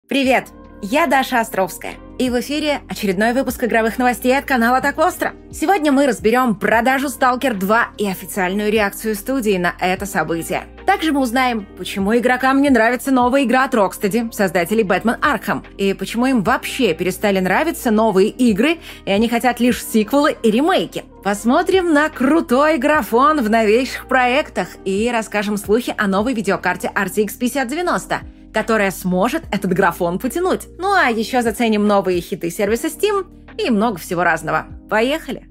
Привет! Я Даша Островская. И в эфире очередной выпуск игровых новостей от канала Так Остро. Сегодня мы разберем продажу Stalker 2 и официальную реакцию студии на это событие. Также мы узнаем, почему игрокам не нравится новая игра от Rocksteady, создателей Batman Arkham, и почему им вообще перестали нравиться новые игры, и они хотят лишь сиквелы и ремейки. Посмотрим на крутой графон в новейших проектах и расскажем слухи о новой видеокарте RTX 5090, которая сможет этот графон потянуть. Ну а еще заценим новые хиты сервиса Steam и много всего разного. Поехали!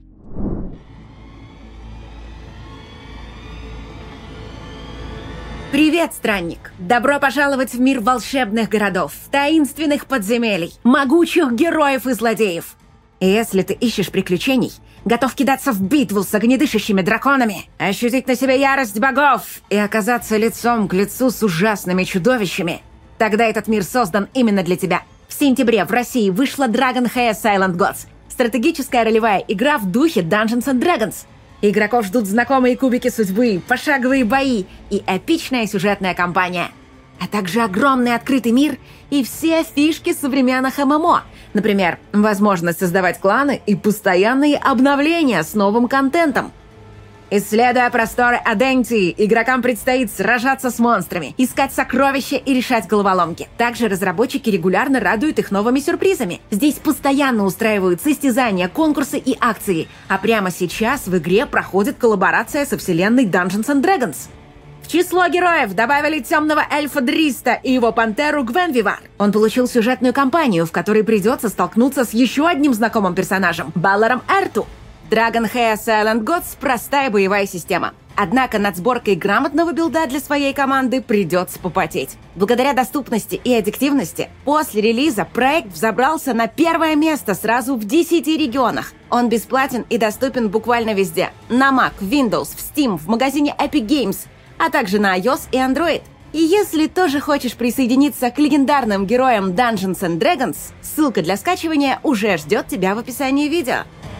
Привет, странник! Добро пожаловать в мир волшебных городов, таинственных подземелий, могучих героев и злодеев. И если ты ищешь приключений, готов кидаться в битву с огнедышащими драконами, ощутить на себе ярость богов и оказаться лицом к лицу с ужасными чудовищами, тогда этот мир создан именно для тебя. В сентябре в России вышла Dragon Heir Silent Gods, стратегическая ролевая игра в духе Dungeons and Dragons. Игроков ждут знакомые кубики судьбы, пошаговые бои и эпичная сюжетная кампания. А также огромный открытый мир и все фишки современных ММО. Например, возможность создавать кланы и постоянные обновления с новым контентом. Исследуя просторы Адентии, игрокам предстоит сражаться с монстрами, искать сокровища и решать головоломки. Также разработчики регулярно радуют их новыми сюрпризами. Здесь постоянно устраивают состязания, конкурсы и акции. А прямо сейчас в игре проходит коллаборация со вселенной Dungeons and Dragons. В число героев добавили темного эльфа Дриста и его пантеру Гвенвивар. Он получил сюжетную кампанию, в которой придется столкнуться с еще одним знакомым персонажем – Балларом Эрту. Dragon Heir Silent Gods – простая боевая система. Однако над сборкой грамотного билда для своей команды придется попотеть. Благодаря доступности и аддиктивности, после релиза проект взобрался на первое место сразу в 10 регионах. Он бесплатен и доступен буквально везде. На Mac, Windows, в Steam, в магазине Epic Games, а также на iOS и Android. И если тоже хочешь присоединиться к легендарным героям Dungeons and Dragons, ссылка для скачивания уже ждет тебя в описании видео.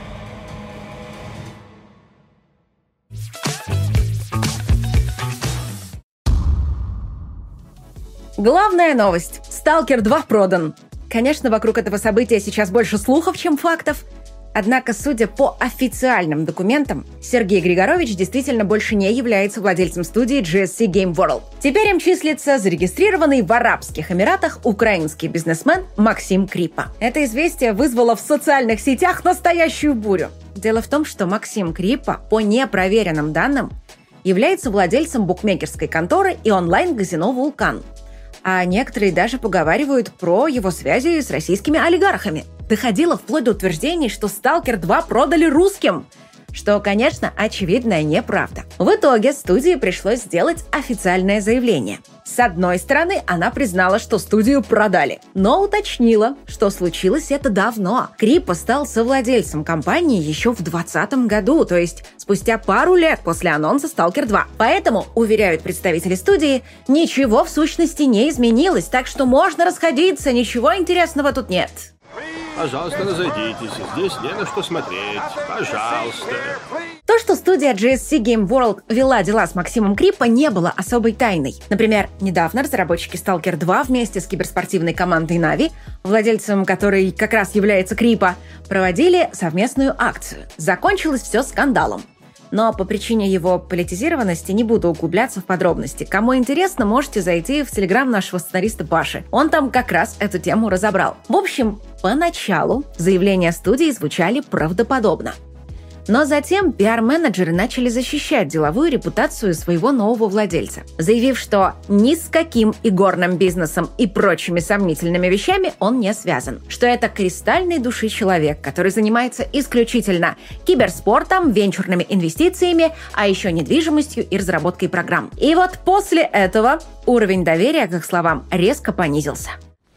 Главная новость. Stalker 2 продан. Конечно, вокруг этого события сейчас больше слухов, чем фактов. Однако, судя по официальным документам, Сергей Григорович действительно больше не является владельцем студии GSC Game World. Теперь им числится зарегистрированный в Арабских Эмиратах украинский бизнесмен Максим Крипа. Это известие вызвало в социальных сетях настоящую бурю. Дело в том, что Максим Крипа, по непроверенным данным, является владельцем букмекерской конторы и онлайн-казино «Вулкан». А некоторые даже поговаривают про его связи с российскими олигархами. Доходило вплоть до утверждений, что Stalker 2 продали русским, что, конечно, очевидная неправда. В итоге студии пришлось сделать официальное заявление. С одной стороны, она признала, что студию продали, но уточнила, что случилось это давно. Крипа стал совладельцем компании еще в 2020 году, то есть спустя пару лет после анонса Stalker 2. Поэтому, уверяют представители студии, ничего в сущности не изменилось, так что можно расходиться, ничего интересного тут нет. Пожалуйста, разойдитесь, здесь не на что смотреть. Пожалуйста. То, что студия GSC Game World вела дела с Максимом Крипа, не было особой тайной. Например, недавно разработчики Stalker 2 вместе с киберспортивной командой Na'Vi, владельцем которой как раз является Крипа, проводили совместную акцию. Закончилось все скандалом. Но по причине его политизированности не буду углубляться в подробности. Кому интересно, можете зайти в телеграм нашего сценариста Паши. Он там как раз эту тему разобрал. В общем, поначалу заявления студии звучали правдоподобно. Но затем пиар-менеджеры начали защищать деловую репутацию своего нового владельца, заявив, что ни с каким игорным бизнесом и прочими сомнительными вещами он не связан, что это кристальной души человек, который занимается исключительно киберспортом, венчурными инвестициями, а еще недвижимостью и разработкой программ. И вот после этого уровень доверия к их словам резко понизился.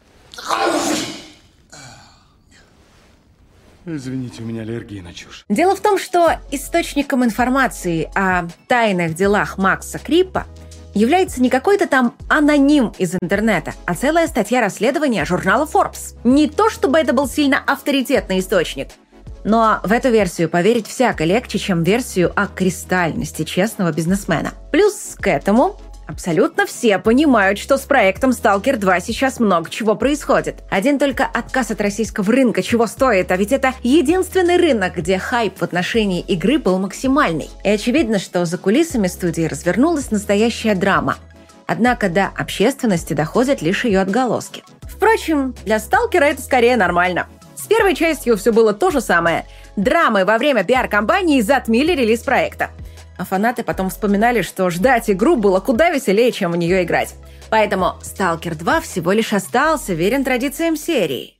Извините, у меня аллергия на чушь. Дело в том, что источником информации о тайных делах Макса Крипа является не какой-то там аноним из интернета, а целая статья расследования журнала Forbes. Не то чтобы это был сильно авторитетный источник, но в эту версию поверить всяко легче, чем версию о кристальности честного бизнесмена. Плюс к этому Абсолютно все понимают, что с проектом Stalker 2 сейчас много чего происходит. Один только отказ от российского рынка чего стоит, а ведь это единственный рынок, где хайп в отношении игры был максимальный. И очевидно, что за кулисами студии развернулась настоящая драма. Однако до общественности доходят лишь ее отголоски. Впрочем, для Сталкера это скорее нормально. С первой частью все было то же самое. Драмы во время пиар-компании затмили релиз проекта. А фанаты потом вспоминали, что ждать игру было куда веселее, чем в нее играть. Поэтому Stalker 2 всего лишь остался верен традициям серии.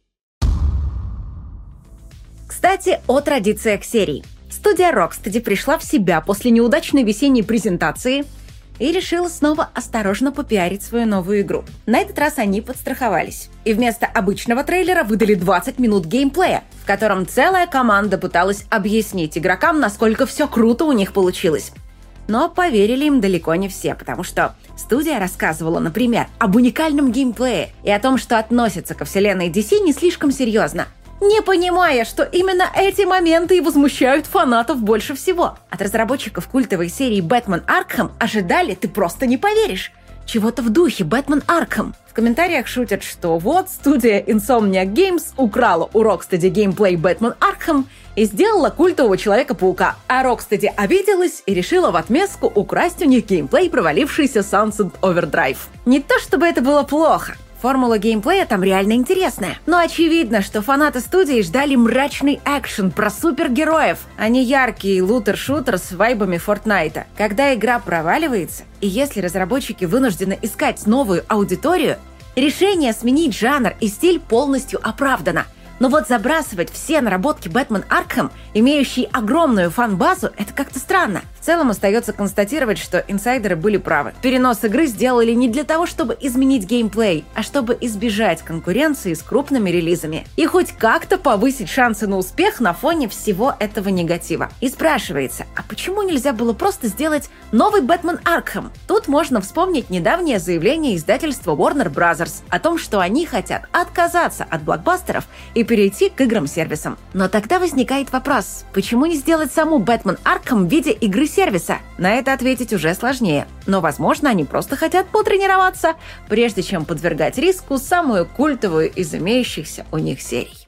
Кстати, о традициях серии. Студия Rocksteady пришла в себя после неудачной весенней презентации и решила снова осторожно попиарить свою новую игру. На этот раз они подстраховались. И вместо обычного трейлера выдали 20 минут геймплея, в котором целая команда пыталась объяснить игрокам, насколько все круто у них получилось. Но поверили им далеко не все, потому что студия рассказывала, например, об уникальном геймплее и о том, что относится ко вселенной DC не слишком серьезно, не понимая, что именно эти моменты и возмущают фанатов больше всего. От разработчиков культовой серии «Бэтмен Аркхэм» ожидали, ты просто не поверишь, чего-то в духе «Бэтмен Аркхэм». В комментариях шутят, что вот студия Insomniac Games украла у Rocksteady геймплей «Бэтмен Аркхэм» и сделала культового Человека-паука. А Rocksteady обиделась и решила в отместку украсть у них геймплей провалившийся Sunset Overdrive. Не то чтобы это было плохо. Формула геймплея там реально интересная. Но очевидно, что фанаты студии ждали мрачный экшен про супергероев, а не яркий лутер-шутер с вайбами Фортнайта. Когда игра проваливается, и если разработчики вынуждены искать новую аудиторию, решение сменить жанр и стиль полностью оправдано. Но вот забрасывать все наработки Бэтмен Аркхэм, имеющие огромную фан-базу, это как-то странно. В целом остается констатировать, что инсайдеры были правы. Перенос игры сделали не для того, чтобы изменить геймплей, а чтобы избежать конкуренции с крупными релизами. И хоть как-то повысить шансы на успех на фоне всего этого негатива. И спрашивается, а почему нельзя было просто сделать новый Бэтмен Аркхэм? Тут можно вспомнить недавнее заявление издательства Warner Bros. О том, что они хотят отказаться от блокбастеров и перейти к играм-сервисам. Но тогда возникает вопрос, почему не сделать саму Бэтмен Аркхэм в виде игры-сервиса? На это ответить уже сложнее. Но, возможно, они просто хотят потренироваться, прежде чем подвергать риску самую культовую из имеющихся у них серий.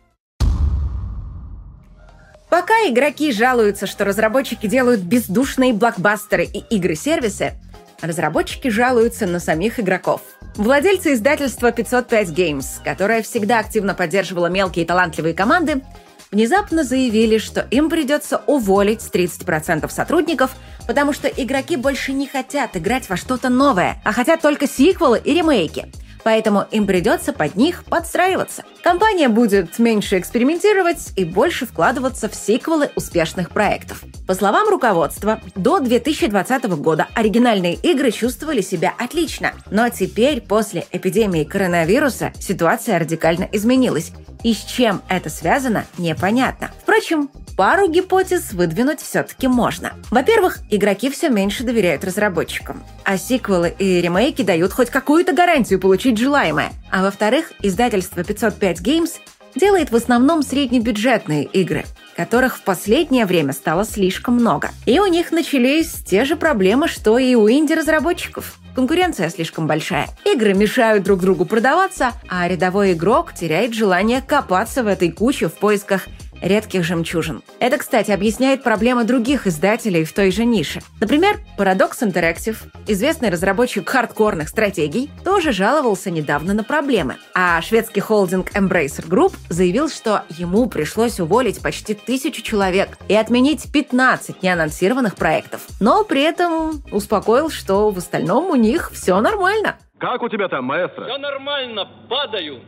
Пока игроки жалуются, что разработчики делают бездушные блокбастеры и игры-сервисы, разработчики жалуются на самих игроков. Владельцы издательства 505 Games, которое всегда активно поддерживало мелкие талантливые команды, внезапно заявили, что им придется уволить 30% сотрудников, потому что игроки больше не хотят играть во что-то новое, а хотят только сиквелы и ремейки. Поэтому им придется под них подстраиваться. Компания будет меньше экспериментировать и больше вкладываться в сиквелы успешных проектов. По словам руководства, до 2020 года оригинальные игры чувствовали себя отлично. Но теперь, после эпидемии коронавируса, ситуация радикально изменилась. И с чем это связано, непонятно. Впрочем, пару гипотез выдвинуть все-таки можно. Во-первых, игроки все меньше доверяют разработчикам, а сиквелы и ремейки дают хоть какую-то гарантию получить желаемое. А во-вторых, издательство 505 Games делает в основном среднебюджетные игры, которых в последнее время стало слишком много. И у них начались те же проблемы, что и у инди-разработчиков. Конкуренция слишком большая. Игры мешают друг другу продаваться, а рядовой игрок теряет желание копаться в этой куче в поисках редких жемчужин. Это, кстати, объясняет проблемы других издателей в той же нише. Например, Paradox Interactive, известный разработчик хардкорных стратегий, тоже жаловался недавно на проблемы. А шведский холдинг Embracer Group заявил, что ему пришлось уволить почти 1000 человек и отменить 15 неанонсированных проектов. Но при этом успокоил, что в остальном у них все нормально. Как у тебя там, маэстро? Все нормально, падаю.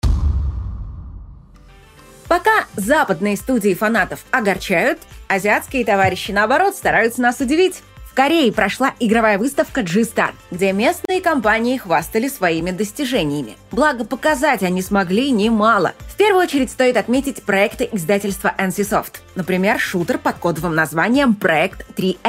Пока западные студии фанатов огорчают, азиатские товарищи, наоборот, стараются нас удивить. В Корее прошла игровая выставка G-Star, где местные компании хвастали своими достижениями. Благо, показать они смогли немало. В первую очередь стоит отметить проекты издательства NCSoft. Например, шутер под кодовым названием Проект 3L.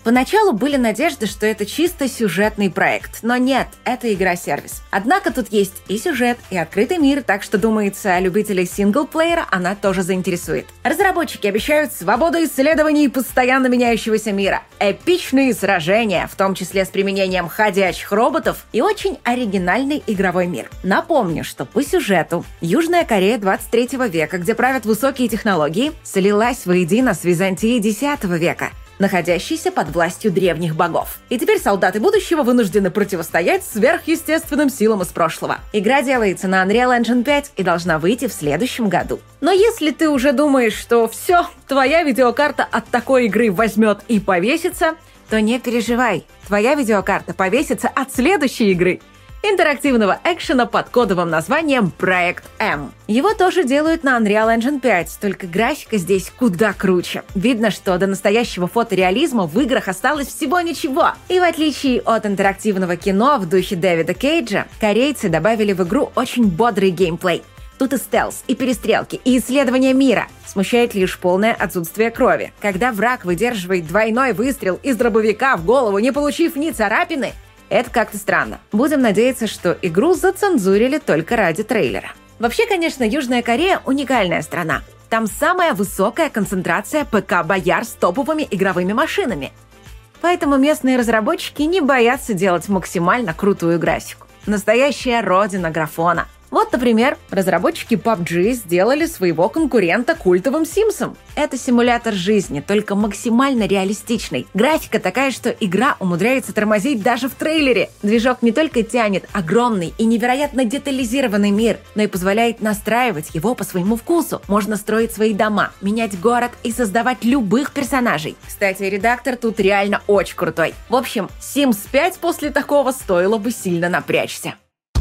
Поначалу были надежды, что это чисто сюжетный проект, но нет, это игра-сервис. Однако тут есть и сюжет, и открытый мир, так что, думается, любителей синглплеера она тоже заинтересует. Разработчики обещают свободу исследований постоянно меняющегося мира, эпичные сражения, в том числе с применением ходячих роботов, и очень оригинальный игровой мир. Напомню, что по сюжету Южная Корея 23 века, где правят высокие технологии, слилась воедино с Византией X века, находящийся под властью древних богов. И теперь солдаты будущего вынуждены противостоять сверхъестественным силам из прошлого. Игра делается на Unreal Engine 5 и должна выйти в следующем году. Но если ты уже думаешь, что все, твоя видеокарта от такой игры возьмет и повесится, то не переживай, твоя видеокарта повесится от следующей игры – интерактивного экшена под кодовым названием «Проект М». Его тоже делают на Unreal Engine 5, только графика здесь куда круче. Видно, что до настоящего фотореализма в играх осталось всего ничего. И в отличие от интерактивного кино в духе Дэвида Кейджа, корейцы добавили в игру очень бодрый геймплей. Тут и стелс, и перестрелки, и исследование мира. Смущает лишь полное отсутствие крови. Когда враг выдерживает двойной выстрел из дробовика в голову, не получив ни царапины, это как-то странно. Будем надеяться, что игру зацензурили только ради трейлера. Вообще, конечно, Южная Корея – уникальная страна. Там самая высокая концентрация ПК-бояр с топовыми игровыми машинами. Поэтому местные разработчики не боятся делать максимально крутую графику. Настоящая родина графона. Вот, например, разработчики PUBG сделали своего конкурента культовым Симсом. Это симулятор жизни, только максимально реалистичный. Графика такая, что игра умудряется тормозить даже в трейлере. Движок не только тянет огромный и невероятно детализированный мир, но и позволяет настраивать его по своему вкусу. Можно строить свои дома, менять город и создавать любых персонажей. Кстати, редактор тут реально очень крутой. В общем, Sims 5 после такого стоило бы сильно напрячься.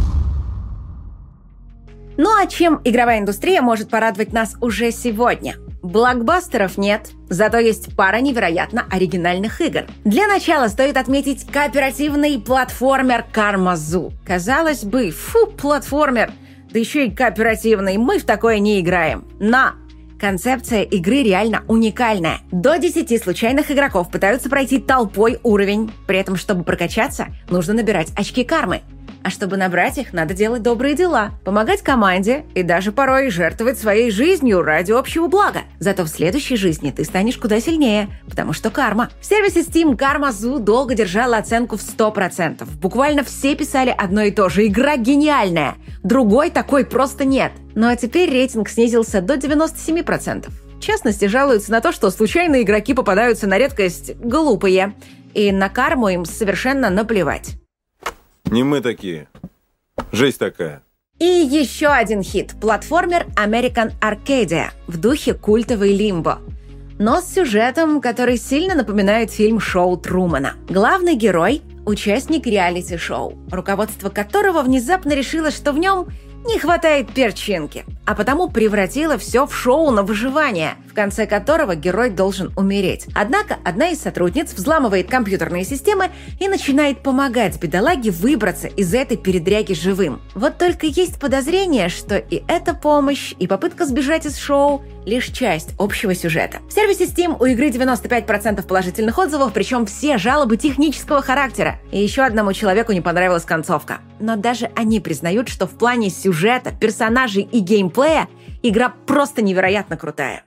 Ну а чем игровая индустрия может порадовать нас уже сегодня? Блокбастеров нет, зато есть пара невероятно оригинальных игр. Для начала стоит отметить кооперативный платформер Karma Zoo. Казалось бы, платформер, да еще и кооперативный, мы в такое не играем. Но концепция игры реально уникальная. До 10 случайных игроков пытаются пройти толпой уровень. При этом, чтобы прокачаться, нужно набирать очки кармы. А чтобы набрать их, надо делать добрые дела, помогать команде и даже порой жертвовать своей жизнью ради общего блага. Зато в следующей жизни ты станешь куда сильнее, потому что карма. В сервисе Steam Karma Zoo долго держала оценку в 100%. Буквально все писали одно и то же: игра гениальная. Другой такой просто нет. Ну а теперь рейтинг снизился до 97%. В частности, жалуются на то, что случайные игроки попадаются на редкость глупые. И на карму им совершенно наплевать. Не мы такие. Жесть такая. И еще один хит – платформер American Arcadia в духе культовой Limbo. Но с сюжетом, который сильно напоминает фильм «Шоу Трумана». Главный герой – участник реалити-шоу, руководство которого внезапно решило, что в нем не хватает перчинки, а потому превратило все в шоу на выживание, в конце которого герой должен умереть. Однако одна из сотрудниц взламывает компьютерные системы и начинает помогать бедолаге выбраться из этой передряги живым. Вот только есть подозрение, что и эта помощь, и попытка сбежать из шоу – лишь часть общего сюжета. В сервисе Steam у игры 95% положительных отзывов, причем все жалобы технического характера. И еще одному человеку не понравилась концовка. Но даже они признают, что в плане сюжета, персонажей и геймплея игра просто невероятно крутая.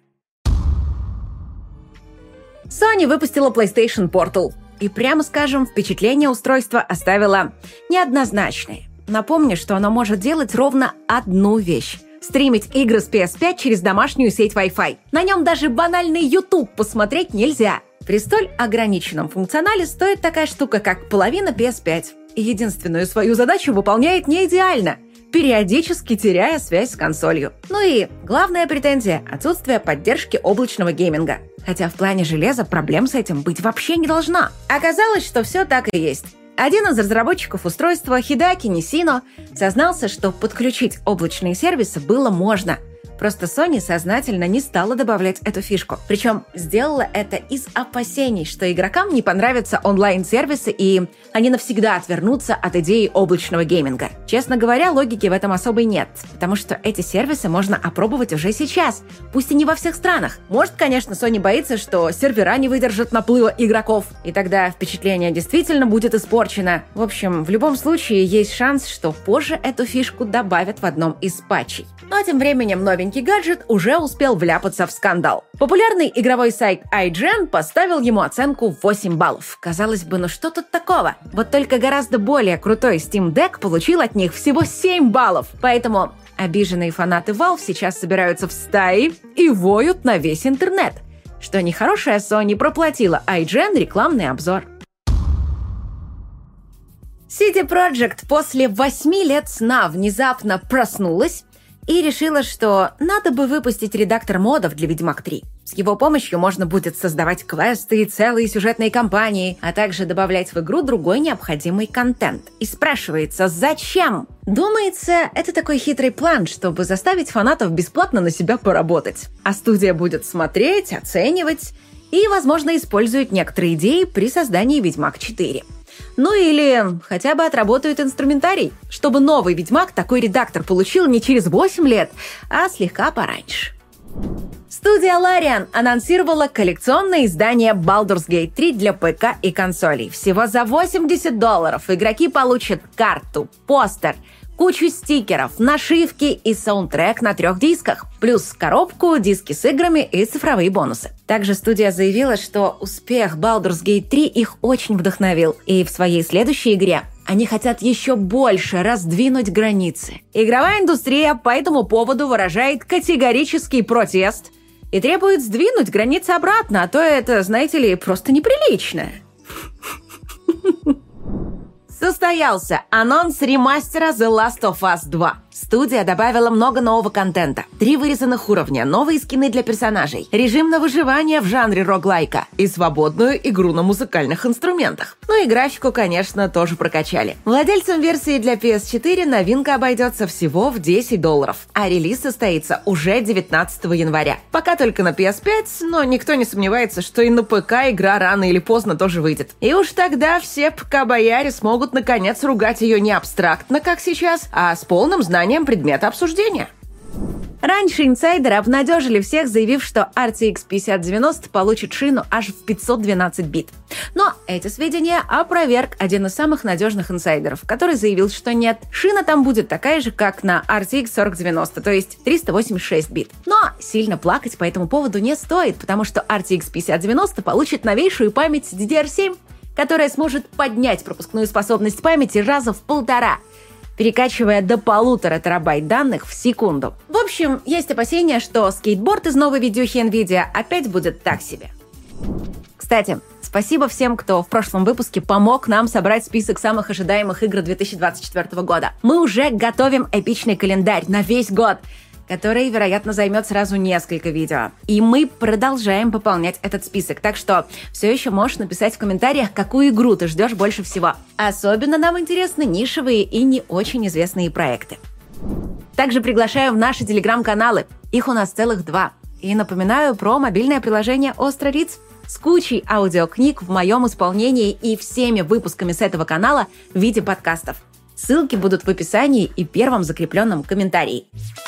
Sony выпустила PlayStation Portal. И, прямо скажем, впечатление устройства оставило неоднозначное. Напомню, что оно может делать ровно одну вещь – стримить игры с PS5 через домашнюю сеть Wi-Fi. На нем даже банальный YouTube посмотреть нельзя. При столь ограниченном функционале стоит такая штука, как половина PS5. И единственную свою задачу выполняет не идеально, периодически теряя связь с консолью. Ну и главная претензия – отсутствие поддержки облачного гейминга. Хотя в плане железа проблем с этим быть вообще не должна. Оказалось, что все так и есть. Один из разработчиков устройства, Хидаки Нисино, сознался, что подключить облачные сервисы было можно. Просто Sony сознательно не стала добавлять эту фишку. Причем сделала это из опасений, что игрокам не понравятся онлайн-сервисы и они навсегда отвернутся от идеи облачного гейминга. Честно говоря, логики в этом особой нет, потому что эти сервисы можно опробовать уже сейчас, пусть и не во всех странах. Может, конечно, Sony боится, что сервера не выдержат наплыва игроков, и тогда впечатление действительно будет испорчено. В общем, в любом случае есть шанс, что позже эту фишку добавят в одном из патчей. Ну а тем временем новенький гаджет уже успел вляпаться в скандал. Популярный игровой сайт IGN поставил ему оценку 8 баллов. Казалось бы, ну что тут такого? Вот только гораздо более крутой Steam Deck получил от них всего 7 баллов. Поэтому обиженные фанаты Valve сейчас собираются в стаи и воют на весь интернет, что нехорошая Sony проплатила IGN рекламный обзор. CD Projekt после 8 лет сна внезапно проснулась и решила, что надо бы выпустить редактор модов для Ведьмак 3. С его помощью можно будет создавать квесты и целые сюжетные кампании, а также добавлять в игру другой необходимый контент. И спрашивается, зачем? Думается, это такой хитрый план, чтобы заставить фанатов бесплатно на себя поработать. А студия будет смотреть, оценивать и, возможно, использует некоторые идеи при создании Ведьмак 4. Ну или хотя бы отработают инструментарий, чтобы новый Ведьмак такой редактор получил не через 8 лет, а слегка пораньше. Студия Larian анонсировала коллекционное издание Baldur's Gate 3 для ПК и консолей. Всего за $80 игроки получат карту, постер, кучу стикеров, нашивки и саундтрек на 3 дисках, плюс коробку, диски с играми и цифровые бонусы. Также студия заявила, что успех Baldur's Gate 3 их очень вдохновил, и в своей следующей игре они хотят еще больше раздвинуть границы. Игровая индустрия по этому поводу выражает категорический протест и требует сдвинуть границы обратно, а то это, знаете ли, просто неприлично. Состоялся анонс ремастера The Last of Us 2. Студия добавила много нового контента. 3 вырезанных уровня, новые скины для персонажей, режим на выживание в жанре роглайка и свободную игру на музыкальных инструментах. Ну и графику, конечно, тоже прокачали. Владельцам версии для PS4 новинка обойдется всего в $10, а релиз состоится уже 19 января. Пока только на PS5, но никто не сомневается, что и на ПК игра рано или поздно тоже выйдет. И уж тогда все ПК-бояре смогут наконец ругать ее не абстрактно, как сейчас, а с полным знанием предмета обсуждения. Раньше инсайдеры обнадежили всех, заявив, что RTX 5090 получит шину аж в 512 бит. Но эти сведения опроверг один из самых надежных инсайдеров, который заявил, что нет, шина там будет такая же, как на RTX 4090, то есть 386 бит. Но сильно плакать по этому поводу не стоит, потому что RTX 5090 получит новейшую память DDR7, которая сможет поднять пропускную способность памяти раза в 1,5, перекачивая до 1,5 терабайт данных в секунду. В общем, есть опасения, что скейтборд из новой видюхи NVIDIA опять будет так себе. Кстати, спасибо всем, кто в прошлом выпуске помог нам собрать список самых ожидаемых игр 2024 года. Мы уже готовим эпичный календарь на весь год, который, вероятно, займет сразу несколько видео. И мы продолжаем пополнять этот список, так что все еще можешь написать в комментариях, какую игру ты ждешь больше всего. Особенно нам интересны нишевые и не очень известные проекты. Также приглашаю в наши телеграм-каналы. Их у нас целых 2. И напоминаю про мобильное приложение Остро Риц с кучей аудиокниг в моем исполнении и всеми выпусками с этого канала в виде подкастов. Ссылки будут в описании и первом закрепленном комментарии.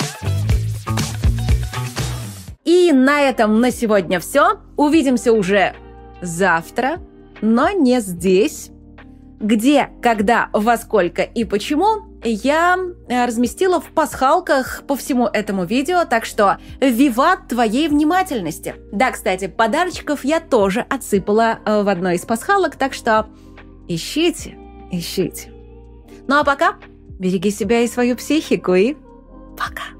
И на этом на сегодня все. Увидимся уже завтра, но не здесь. Где, когда, во сколько и почему я разместила в пасхалках по всему этому видео, так что виват твоей внимательности. Да, кстати, подарочков я тоже отсыпала в одной из пасхалок, так что ищите. Ну а пока береги себя и свою психику и пока.